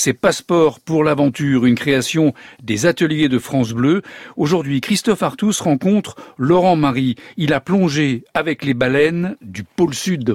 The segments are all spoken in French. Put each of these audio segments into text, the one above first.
C'est Passeport pour l'aventure, une création des ateliers de France Bleu. Aujourd'hui, Christophe Artus rencontre Laurent Marie. Il a plongé avec les baleines du pôle Sud.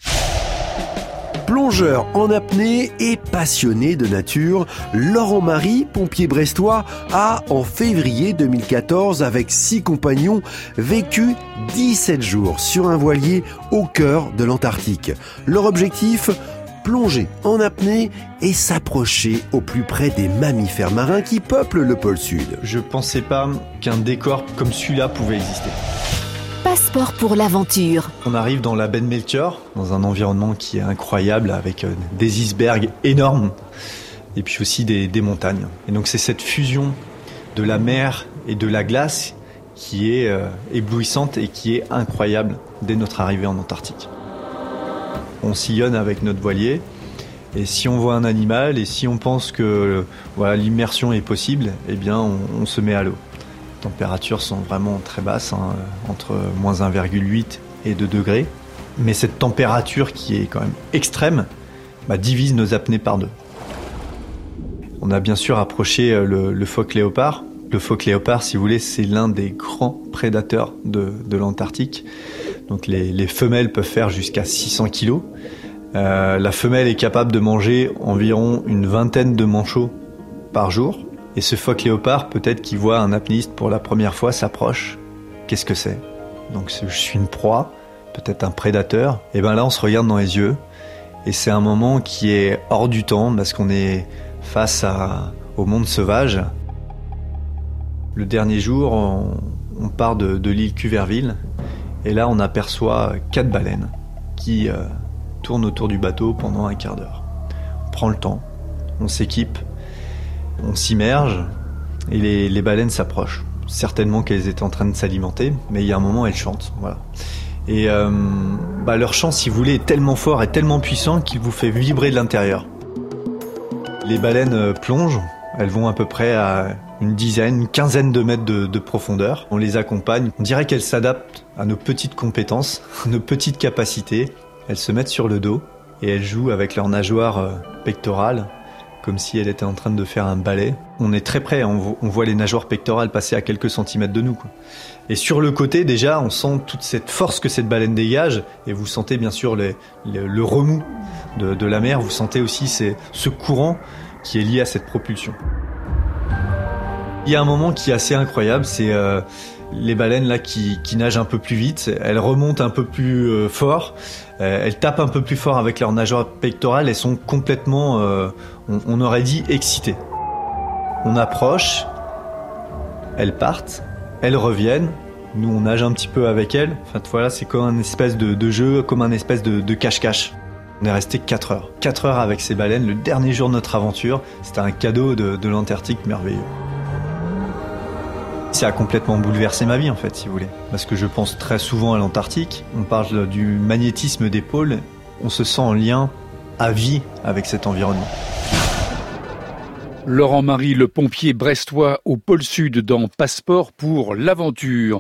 Plongeur en apnée et passionné de nature, Laurent Marie, pompier brestois, a, en février 2014, avec 6 compagnons, vécu 17 jours sur un voilier au cœur de l'Antarctique. Leur objectif ? Plonger en apnée et s'approcher au plus près des mammifères marins qui peuplent le pôle Sud. Je pensais pas qu'un décor comme celui-là pouvait exister. Passeport pour l'aventure. On arrive dans la baie de Melchior, dans un environnement qui est incroyable, avec des icebergs énormes, et puis aussi des montagnes. Et donc c'est cette fusion de la mer et de la glace qui est éblouissante et qui est incroyable dès notre arrivée en Antarctique. On sillonne avec notre voilier, et si on voit un animal, et si on pense que l'immersion est possible, eh bien on se met à l'eau. Les températures sont vraiment très basses, entre moins 1,8 et 2 degrés. Mais cette température qui est quand même extrême divise nos apnées par 2. On a bien sûr approché le phoque léopard. Le phoque léopard, si vous voulez, c'est l'un des grands prédateurs de l'Antarctique. Donc les femelles peuvent faire jusqu'à 600 kg. La femelle est capable de manger environ une vingtaine de manchots par jour. Et ce phoque léopard, peut-être qu'il voit un apnéiste pour la première fois, s'approche. Qu'est-ce que c'est ? Donc je suis une proie, peut-être un prédateur. Et bien là, on se regarde dans les yeux. Et c'est un moment qui est hors du temps, parce qu'on est face au monde sauvage. Le dernier jour, on part de l'île Cuverville. Et là, on aperçoit 4 baleines qui tournent autour du bateau pendant un quart d'heure. On prend le temps, on s'équipe. On s'immerge et les baleines s'approchent. Certainement qu'elles étaient en train de s'alimenter, mais il y a un moment, elles chantent. Voilà. Et leur chant, si vous voulez, est tellement fort et tellement puissant qu'il vous fait vibrer de l'intérieur. Les baleines plongent, elles vont à peu près à une quinzaine de mètres de profondeur. On les accompagne. On dirait qu'elles s'adaptent à nos petites compétences, nos petites capacités. Elles se mettent sur le dos et elles jouent avec leurs nageoires pectorales, comme si elle était en train de faire un ballet. On est très près, on voit les nageoires pectorales passer à quelques centimètres de nous, quoi. Et sur le côté, déjà, on sent toute cette force que cette baleine dégage, et vous sentez bien sûr le remous de la mer, vous sentez aussi ce courant qui est lié à cette propulsion. Il y a un moment qui est assez incroyable, c'est les baleines là qui nagent un peu plus vite, elles remontent un peu plus fort, elles tapent un peu plus fort avec leurs nageoires pectorales, elles sont complètement, on aurait dit, excitées. On approche, elles partent, elles reviennent, nous on nage un petit peu avec elles, enfin voilà, c'est comme un espèce de jeu, comme un espèce de cache-cache. On est resté 4 heures. 4 heures avec ces baleines, le dernier jour de notre aventure, c'était un cadeau de l'Antarctique merveilleux. Ça a complètement bouleversé ma vie en fait, si vous voulez. Parce que je pense très souvent à l'Antarctique, on parle du magnétisme des pôles, on se sent en lien à vie avec cet environnement. Laurent Marie, le pompier brestois au pôle Sud dans Passeport pour l'aventure.